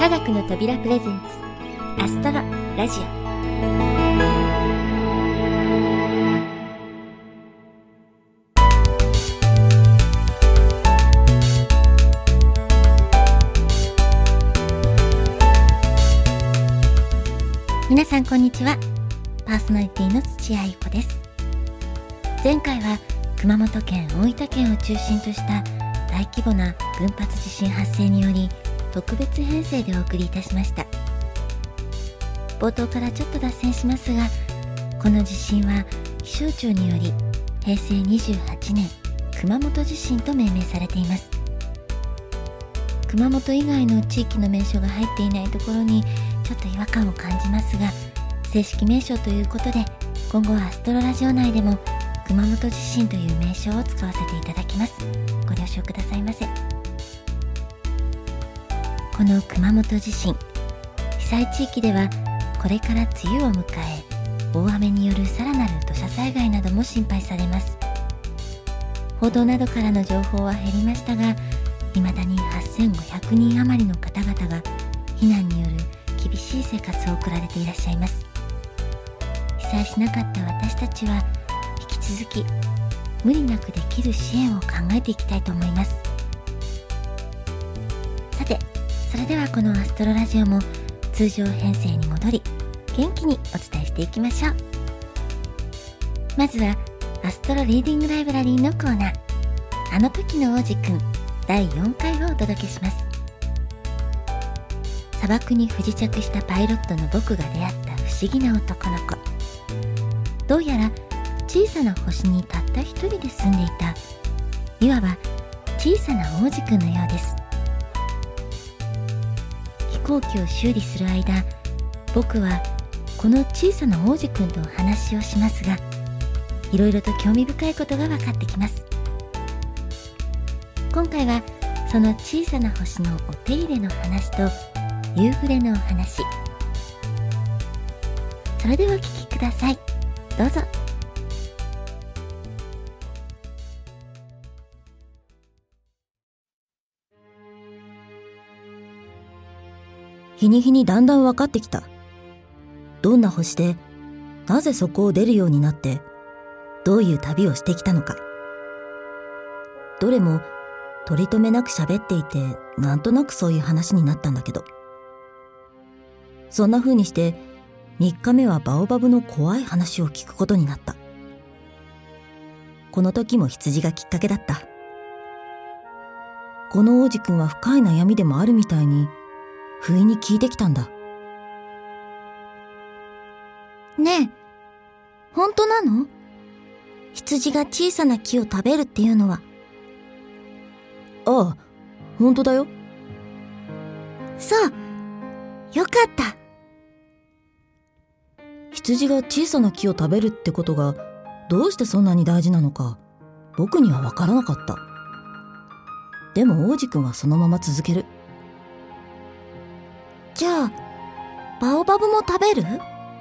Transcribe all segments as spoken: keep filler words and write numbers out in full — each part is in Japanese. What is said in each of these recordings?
科学の扉プレゼンツアストロラジオ。皆さんこんにちは。パーソナリティの土屋ゆ子です。前回は熊本県大分県を中心とした大規模な群発地震発生により特別編成でお送りいたしました。冒頭からちょっと脱線しますが、この地震は気象庁によりへいせいにじゅうはちねん熊本地震と命名されています。熊本以外の地域の名称が入っていないところにちょっと違和感を感じますが、正式名称ということで今後はアストロラジオ内でも熊本地震という名称を使わせていただきます。ご了承くださいませ。この熊本地震、被災地域ではこれから梅雨を迎え、大雨によるさらなる土砂災害なども心配されます。報道などからの情報は減りましたが、未だにはっせんごひゃくにん余りの方々が避難による厳しい生活を送られていらっしゃいます。被災しなかった私たちは引き続き無理なくできる支援を考えていきたいと思います。さて、それではこのアストロラジオも通常編成に戻り元気にお伝えしていきましょう。まずはアストロリーディングライブラリーのコーナー、あの時の王子くんだいよんかいをお届けします。砂漠に不時着したパイロットの僕が出会った不思議な男の子。どうやら小さな星にたった一人で住んでいた、いわば小さな王子くんのようです。飛行機を修理する間、僕はこの小さな王子くんとお話をしますが、いろいろと興味深いことが分かってきます。今回はその小さな星のお手入れの話と夕暮れのお話、それではお聞きください。どうぞ。 日に日にだんだん分かってきた。どんな星で、なぜそこを出るようになって、どういう旅をしてきたのか。どれも取り留めなく喋っていて、なんとなくそういう話になったんだけど。そんな風にして、みっかめはバオバブの怖い話を聞くことになった。この時も羊がきっかけだった。この王子くんは深い悩みでもあるみたいに、不意に聞いてきたんだ。 ねえ、本当なの？羊が小さな木を食べるっていうのは。 ああ、本当だよ。 そう、よかった。 羊が小さな木を食べるってことがどうしてそんなに大事なのか僕には分からなかった。でも王子くんはそのまま続ける。 じゃあバオバブも食べる？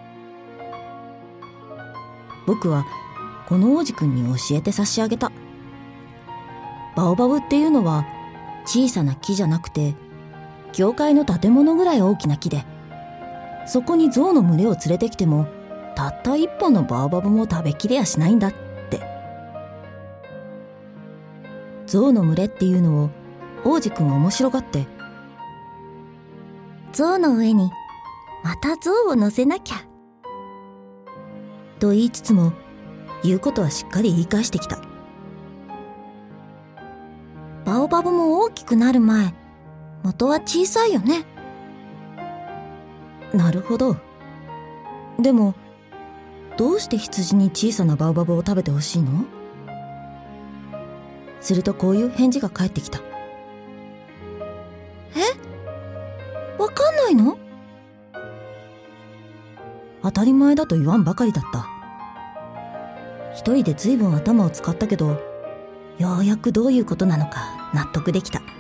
僕はこの王子くんに教えて差し上げた。バオバブっていうのは小さな木じゃなくて教会の建物ぐらい大きな木で、そこに象の群れを連れてきてもたった一本のバオバブも食べきれやしないんだって。象の群れっていうのを王子くんは面白がって、 象の上にまた象を乗せなきゃと言いつつも言うことはしっかり言い返してきた。 バオバブも大きくなる前、元は小さいよね。 なるほど。でもどうして羊に小さなバオバブを食べてほしいの？するとこういう返事が返ってきた。 え？わかんないの？ 当たり前だと言わんばかりだった。一人で随分頭を使ったけど、ようやくどういうことなのか納得できた。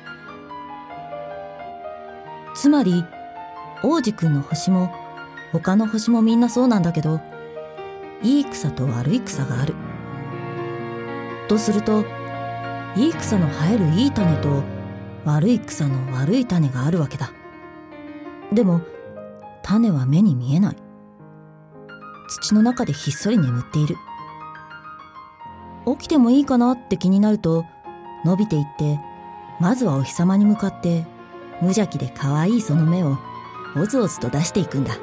つまり王子くんの星も他の星もみんなそうなんだけど、いい草と悪い草がある。とすると、いい草の生えるいい種と悪い草の悪い種があるわけだ。 でも種は目に見えない。土の中でひっそり眠っている。起きてもいいかなって気になると、伸びていって、まずはお日様に向かって無邪気で可愛いその目をおずおずと出していくんだ。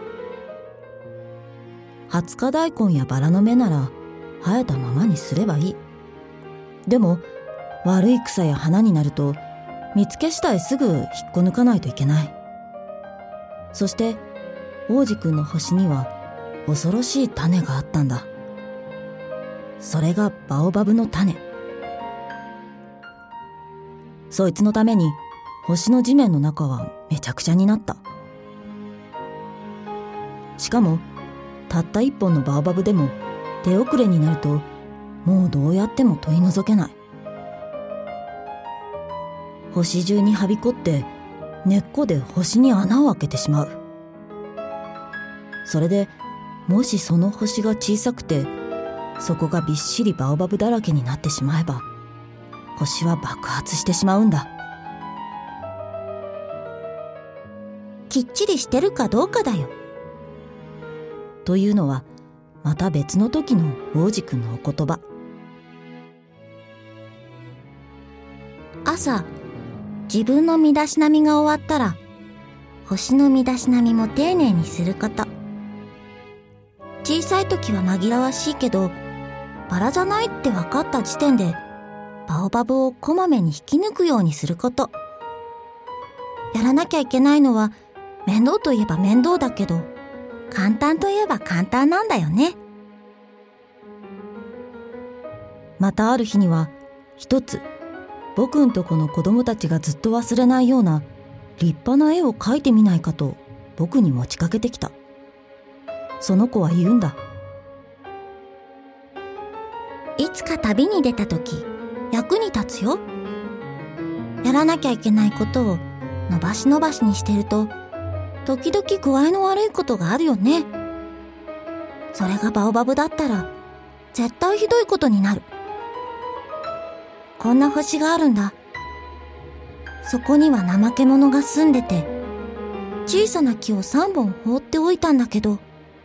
二十日大根やバラの芽なら生えたままにすればいい。でも悪い草や花になると見つけ次第すぐ引っこ抜かないといけない。そして王子くんの星には恐ろしい種があったんだ。それがバオバブの種。そいつのために星の地面の中はめちゃくちゃになった。しかもたった一本のバオバブでも手遅れになるともうどうやっても取り除けない。星中にはびこって根っこで星に穴を開けてしまう。それでもしその星が小さくてそこがびっしりバオバブだらけになってしまえば星は爆発してしまうんだ。 きっちりしてるかどうかだよ。 というのはまた別の時の王子くんのお言葉。 朝、自分の身だしなみが終わったら、星の身だしなみも丁寧にすること。小さい時は紛らわしいけど、バラじゃないって分かった時点で、バオバブをこまめに引き抜くようにすること。やらなきゃいけないのは、面倒といえば面倒だけど、簡単といえば簡単なんだよね。 またある日には、一つ、僕んとこの子供たちがずっと忘れないような立派な絵を描いてみないかと僕に持ちかけてきた。その子は言うんだ。 いつか旅に出た時、役に立つよ。やらなきゃいけないことを伸ばし伸ばしにしてると、時々具合の悪いことがあるよね。それがバオバブだったら、絶対ひどいことになる。こんな星があるんだ。そこには怠け者が住んでて、小さな木を三本放っておいたんだけど。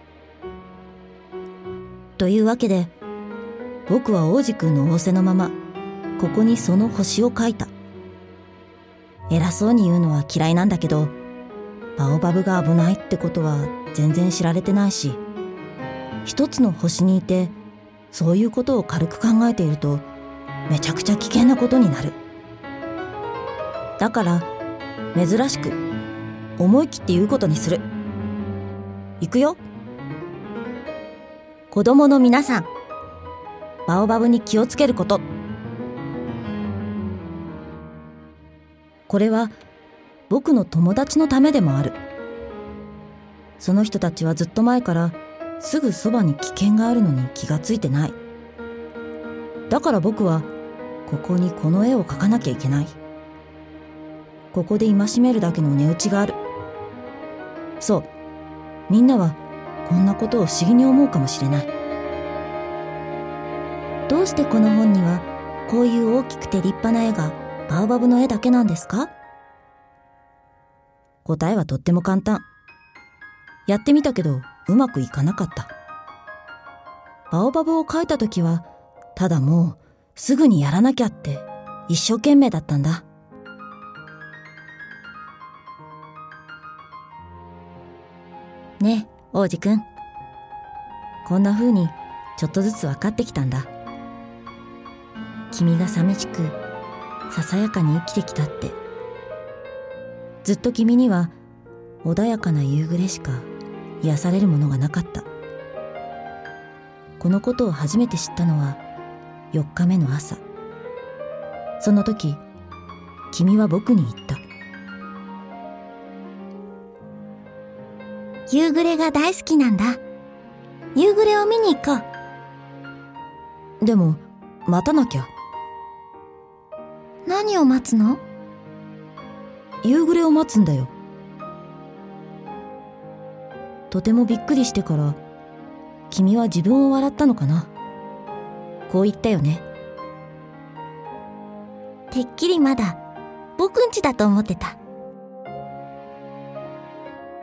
というわけで、僕は王子くんの仰せのまま、ここにその星を描いた。偉そうに言うのは嫌いなんだけど、バオバブが危ないってことは全然知られてないし、一つの星にいて、そういうことを軽く考えていると、めちゃくちゃ危険なことになる。だから、珍しく、思い切って言うことにする。いくよ。子供の皆さん、バオバブに気をつけること。これは、僕の友達のためでもある。その人たちはずっと前から、すぐそばに危険があるのに気がついてない。だから僕は、ここにこの絵を描かなきゃいけない。ここで戒めるだけの値打ちがある。そう、みんなはこんなことを不思議に思うかもしれない。 どうしてこの本にはこういう大きくて立派な絵がバオバブの絵だけなんですか？ 答えはとっても簡単。やってみたけどうまくいかなかった。バオバブを描いたときはただもうすぐにやらなきゃって一生懸命だったんだ。ねえ、王子くん。こんな風にちょっとずつ分かってきたんだ。君が寂しく、ささやかに生きてきたって。ずっと君には穏やかな夕暮れしか癒されるものがなかった。このことを初めて知ったのはよっかめの朝。その時、君は僕に言った。 夕暮れが大好きなんだ。夕暮れを見に行こう。でも、待たなきゃ。 何を待つの？ 夕暮れを待つんだよ。とてもびっくりしてから、君は自分を笑ったのかな。こう言ったよね。 てっきりまだ僕んちだと思ってた。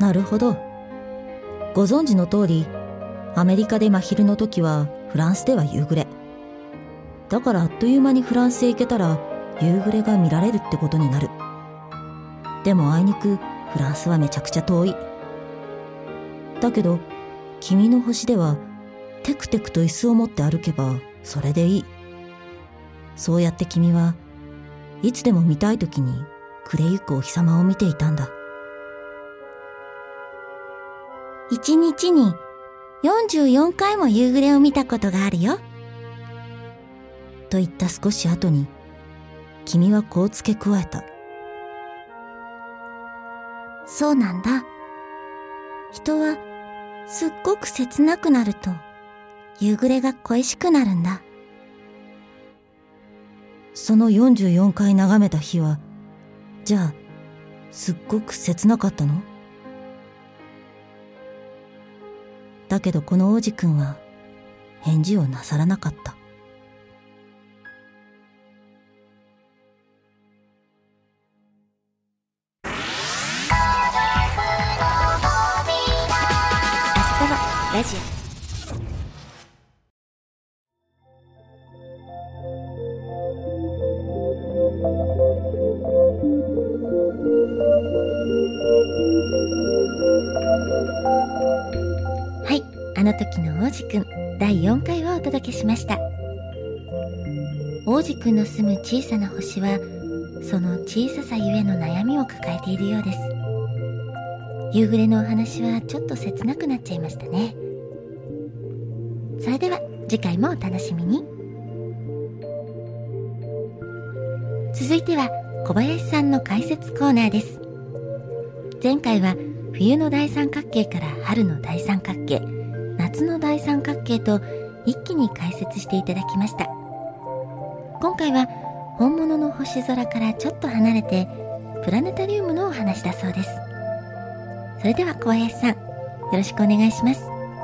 なるほど。ご存知の通り、アメリカで真昼の時はフランスでは夕暮れ。だからあっという間にフランスへ行けたら夕暮れが見られるってことになる。でもあいにくフランスはめちゃくちゃ遠い。だけど君の星ではテクテクと椅子を持って歩けばそれでいい。そうやって君はいつでも見たい時に暮れゆくお日様を見ていたんだ。 一日によんじゅうよんかいも夕暮れを見たことがあるよ。 と言った少し後に君はこう付け加えた。 そうなんだ。人はすっごく切なくなると夕暮れが恋しくなるんだ。 そのよんじゅうよんかい眺めた日は、じゃあすっごく切なかったの？だけどこの王子くんは返事をなさらなかった。 ラジオはい、あの時の王子くんだいよんかいをお届けしました。王子くんの住む小さな星はその小ささゆえの悩みを抱えているようです。夕暮れのお話はちょっと切なくなっちゃいましたね。それでは次回もお楽しみに。続いては小林さんの解説コーナーです。前回は冬の大三角形から春の大三角形、夏の大三角形と一気に解説していただきました。今回は本物の星空からちょっと離れてプラネタリウムのお話だそうです。それでは小林さん、よろしくお願いします。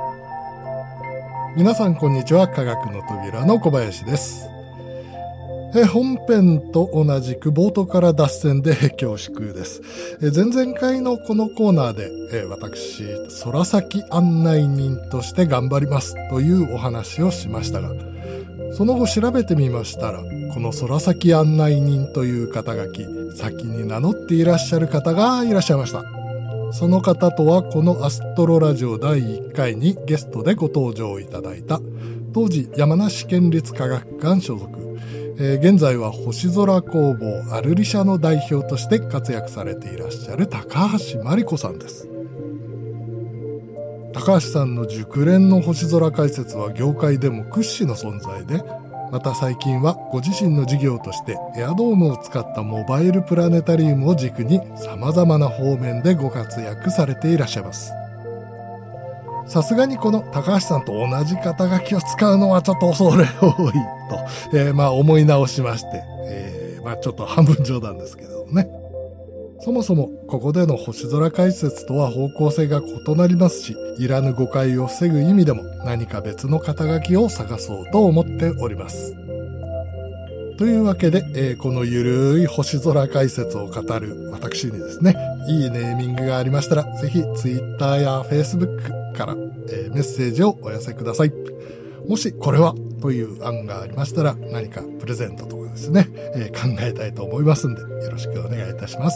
皆さんこんにちは。科学の扉の小林です。え本編と同じく冒頭から脱線で恐縮です。え前々回のこのコーナーでえ私空先案内人として頑張りますというお話をしましたが、その後調べてみましたら、この空先案内人という肩書き、先に名乗っていらっしゃる方がいらっしゃいました。その方とはこのアストロラジオだいいっかいにゲストでご登場いただいた当時山梨県立科学館所属、えー、現在は星空工房アルリ社の代表として活躍されていらっしゃる高橋真理子さんです。高橋さんの熟練の星空解説は業界でも屈指の存在で、また最近はご自身の事業としてエアドームを使ったモバイルプラネタリウムを軸に様々な方面でご活躍されていらっしゃいます。さすがにこの高橋さんと同じ肩書きを使うのはちょっと恐れ多いと、えー、まあ思い直しまして、えー、まあちょっと半分冗談ですけどね。そもそもここでの星空解説とは方向性が異なりますし、いらぬ誤解を防ぐ意味でも何か別の肩書きを探そうと思っております。というわけで、えー、このゆるい星空解説を語る私にですね、いいネーミングがありましたら、ぜひ Twitter や Facebook から、えー、メッセージをお寄せください。もしこれはという案がありましたら、何かプレゼントとかですね、えー、考えたいと思いますんで、よろしくお願いいたします。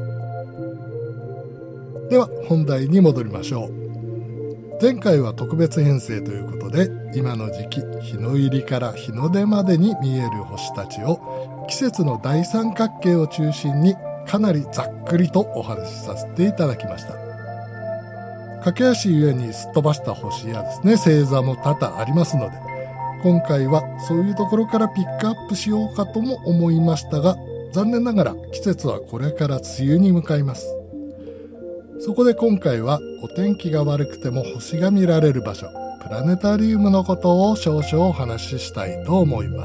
では本題に戻りましょう。前回は特別編成ということで、今の時期日の入りから日の出までに見える星たちを季節の大三角形を中心にかなりざっくりとお話しさせていただきました。駆け足ゆえにすっ飛ばした星やですね、星座も多々ありますので、今回はそういうところからピックアップしようかとも思いましたが、残念ながら季節はこれから梅雨に向かいます。そこで今回はお天気が悪くても星が見られる場所、プラネタリウムのことを少々お話ししたいと思います。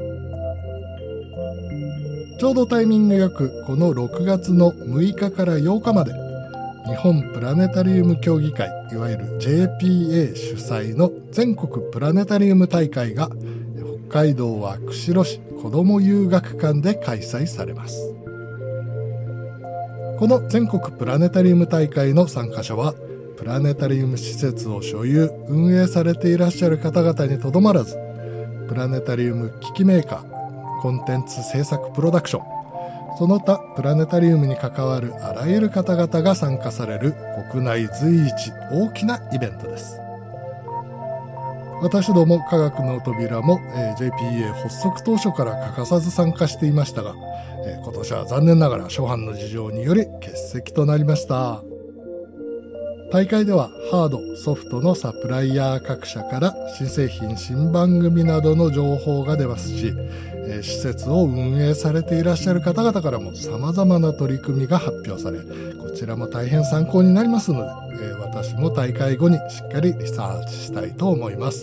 ちょうどタイミングよくこのろくがつのむいかからようかまで、日本プラネタリウム協議会、いわゆる ジェーピーエー 主催の全国プラネタリウム大会が北海道は釧路市子ども遊学館で開催されます。 この全国プラネタリウム大会の参加者はプラネタリウム施設を所有運営されていらっしゃる方々にとどまらず、プラネタリウム機器メーカー、コンテンツ制作プロダクション、その他プラネタリウムに関わるあらゆる方々が参加される国内随一大きなイベントです。私ども科学の扉も、えー、ジェイピーエー 発足当初から欠かさず参加していましたが、えー、今年は残念ながら初版の事情により欠席となりました。大会ではハード、ソフトのサプライヤー各社から新製品、新番組などの情報が出ますし、えー、施設を運営されていらっしゃる方々からも様々な取り組みが発表され、こちらも大変参考になりますので、えー、私も大会後にしっかりリサーチしたいと思います。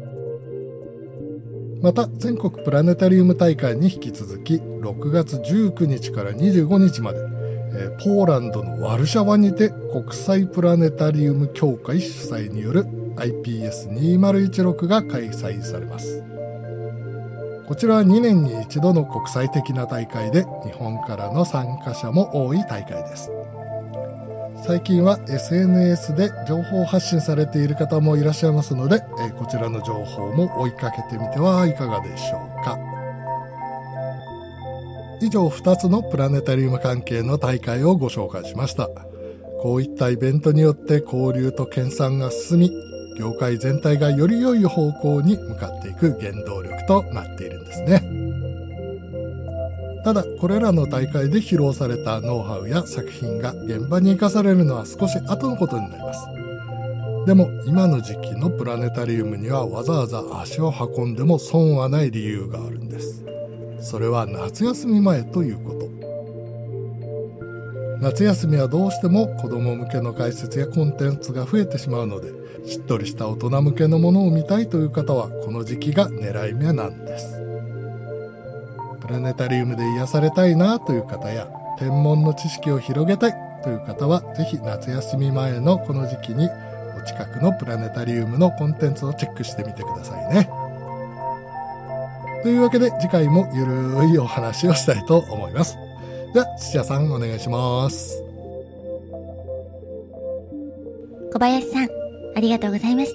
また全国プラネタリウム大会に引き続きろくがつじゅうくにちからにじゅうごにちまで、ポーランドのワルシャワにて国際プラネタリウム協会主催による アイピーエスにせんじゅうろく が開催されます。こちらはにねんに一度の国際的な大会で、日本からの参加者も多い大会です。最近は エスエヌエス で情報発信されている方もいらっしゃいますので、こちらの情報も追いかけてみてはいかがでしょうか。以上ふたつのプラネタリウム関係の大会をご紹介しました。こういったイベントによって交流と研鑽が進み、業界全体がより良い方向に向かっていく原動力となっているんですね。ただこれらの大会で披露されたノウハウや作品が現場に生かされるのは少し後のことになります。でも今の時期のプラネタリウムにはわざわざ足を運んでも損はない理由があるんです。それは夏休み前ということ。夏休みはどうしても子供向けの解説やコンテンツが増えてしまうので、しっとりした大人向けのものを見たいという方はこの時期が狙い目なんです。プラネタリウムで癒されたいなという方や、天文の知識を広げたいという方はぜひ夏休み前のこの時期にお近くのプラネタリウムのコンテンツをチェックしてみてくださいね。というわけで次回もゆるいお話をしたいと思います。では土屋さんお願いします。 小林さん、ありがとうございました。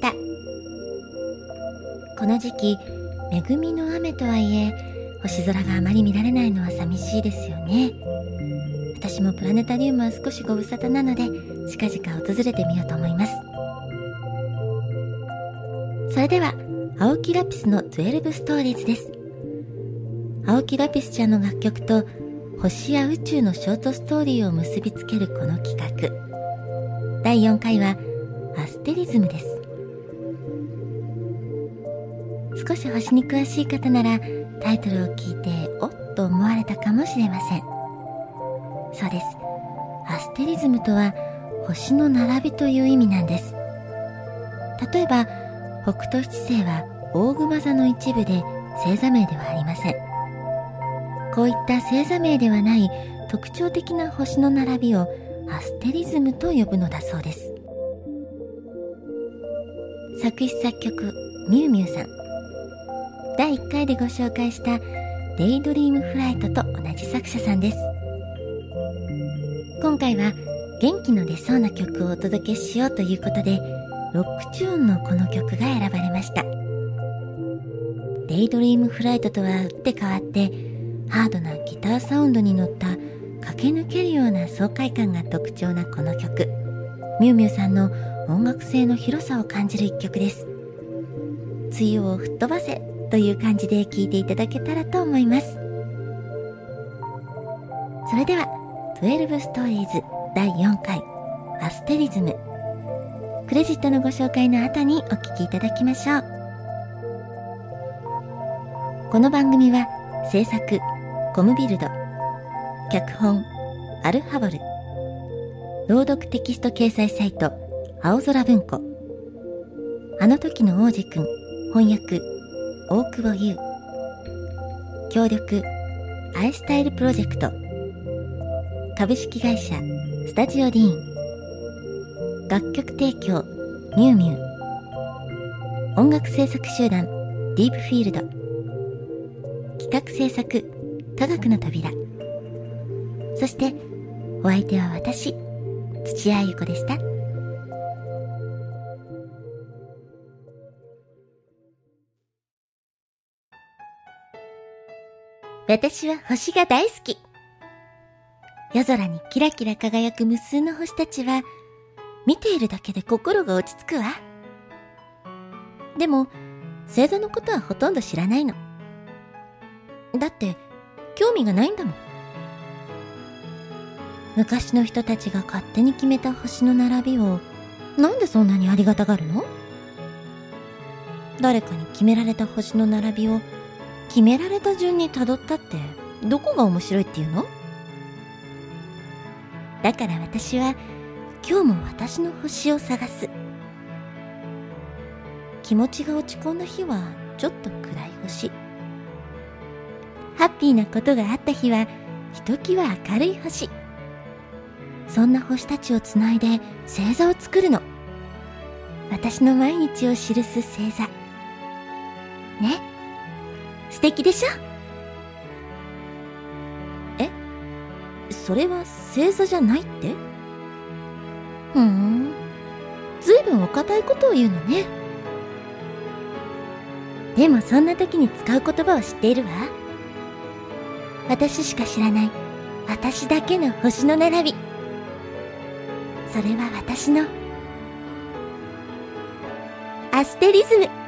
この時期、恵みの雨とはいえ星空があまり見られないのは寂しいですよね。私もプラネタリウムは少しご無沙汰なので近々訪れてみようと思います。それでは青木ラピスのじゅうにストーリーズです。青木ラピスちゃんの楽曲と星や宇宙のショートストーリーを結びつけるこの企画、だいよんかいはアステリズムです。少し星に詳しい方ならタイトルを聞いておっと思われたかもしれません。そうです、アステリズムとは星の並びという意味なんです。例えば北斗七星は大熊座の一部で星座名ではありません。こういった星座名ではない特徴的な星の並びをアステリズムと呼ぶのだそうです。作詞作曲ミュウミュウさん、だいいっかいでご紹介したデイドリームフライトと同じ作者さんです。今回は元気の出そうな曲をお届けしようということで、ロックチューンのこの曲が選ばれました。デイドリームフライトとは打って変わってハードなギターサウンドに乗った駆け抜けるような爽快感が特徴なこの曲、ミュウミュウさんの音楽性の広さを感じる一曲です。梅雨を吹っ飛ばせという感じで聴いていただけたらと思います。それではじゅうにストーリーズだいよんかいアステリズム、クレジットのご紹介の後にお聴きいただきましょう。この番組は制作コムビルド、脚本アルハボル、朗読テキスト掲載サイト青空文庫、あの時の王子くん翻訳大久保優、協力アイスタイルプロジェクト、株式会社スタジオディーン、楽曲提供ミュウミュウ、音楽制作集団ディープフィールド、企画制作科学の扉、そしてお相手は私、土屋ゆ子でした。私は星が大好き。夜空にキラキラ輝く無数の星たちは、見ているだけで心が落ち着くわ。でも、星座のことはほとんど知らないの。だって、興味がないんだもん。昔の人たちが勝手に決めた星の並びを、なんでそんなにありがたがるの？誰かに決められた星の並びを、決められた順に辿ったって、どこが面白いっていうの？だから私は、今日も私の星を探す。気持ちが落ち込んだ日はちょっと暗い星。ハッピーなことがあった日はひときわ明るい星。そんな星たちをつないで星座を作るの。私の毎日を記す星座。ね、素敵でしょ？ え？それは星座じゃないって？ ふーん、ずいぶんお堅いことを言うのね。でもそんな時に使う言葉を知っているわ。私しか知らない私だけの星の並び。それは私のアステリズム。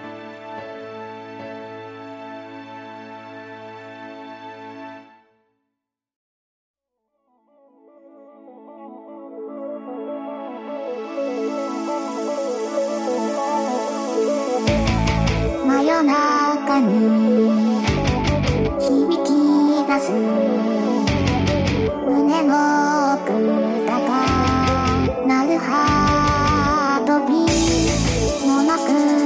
真夜中に響き出す胸の奥高鳴るハートビートもなく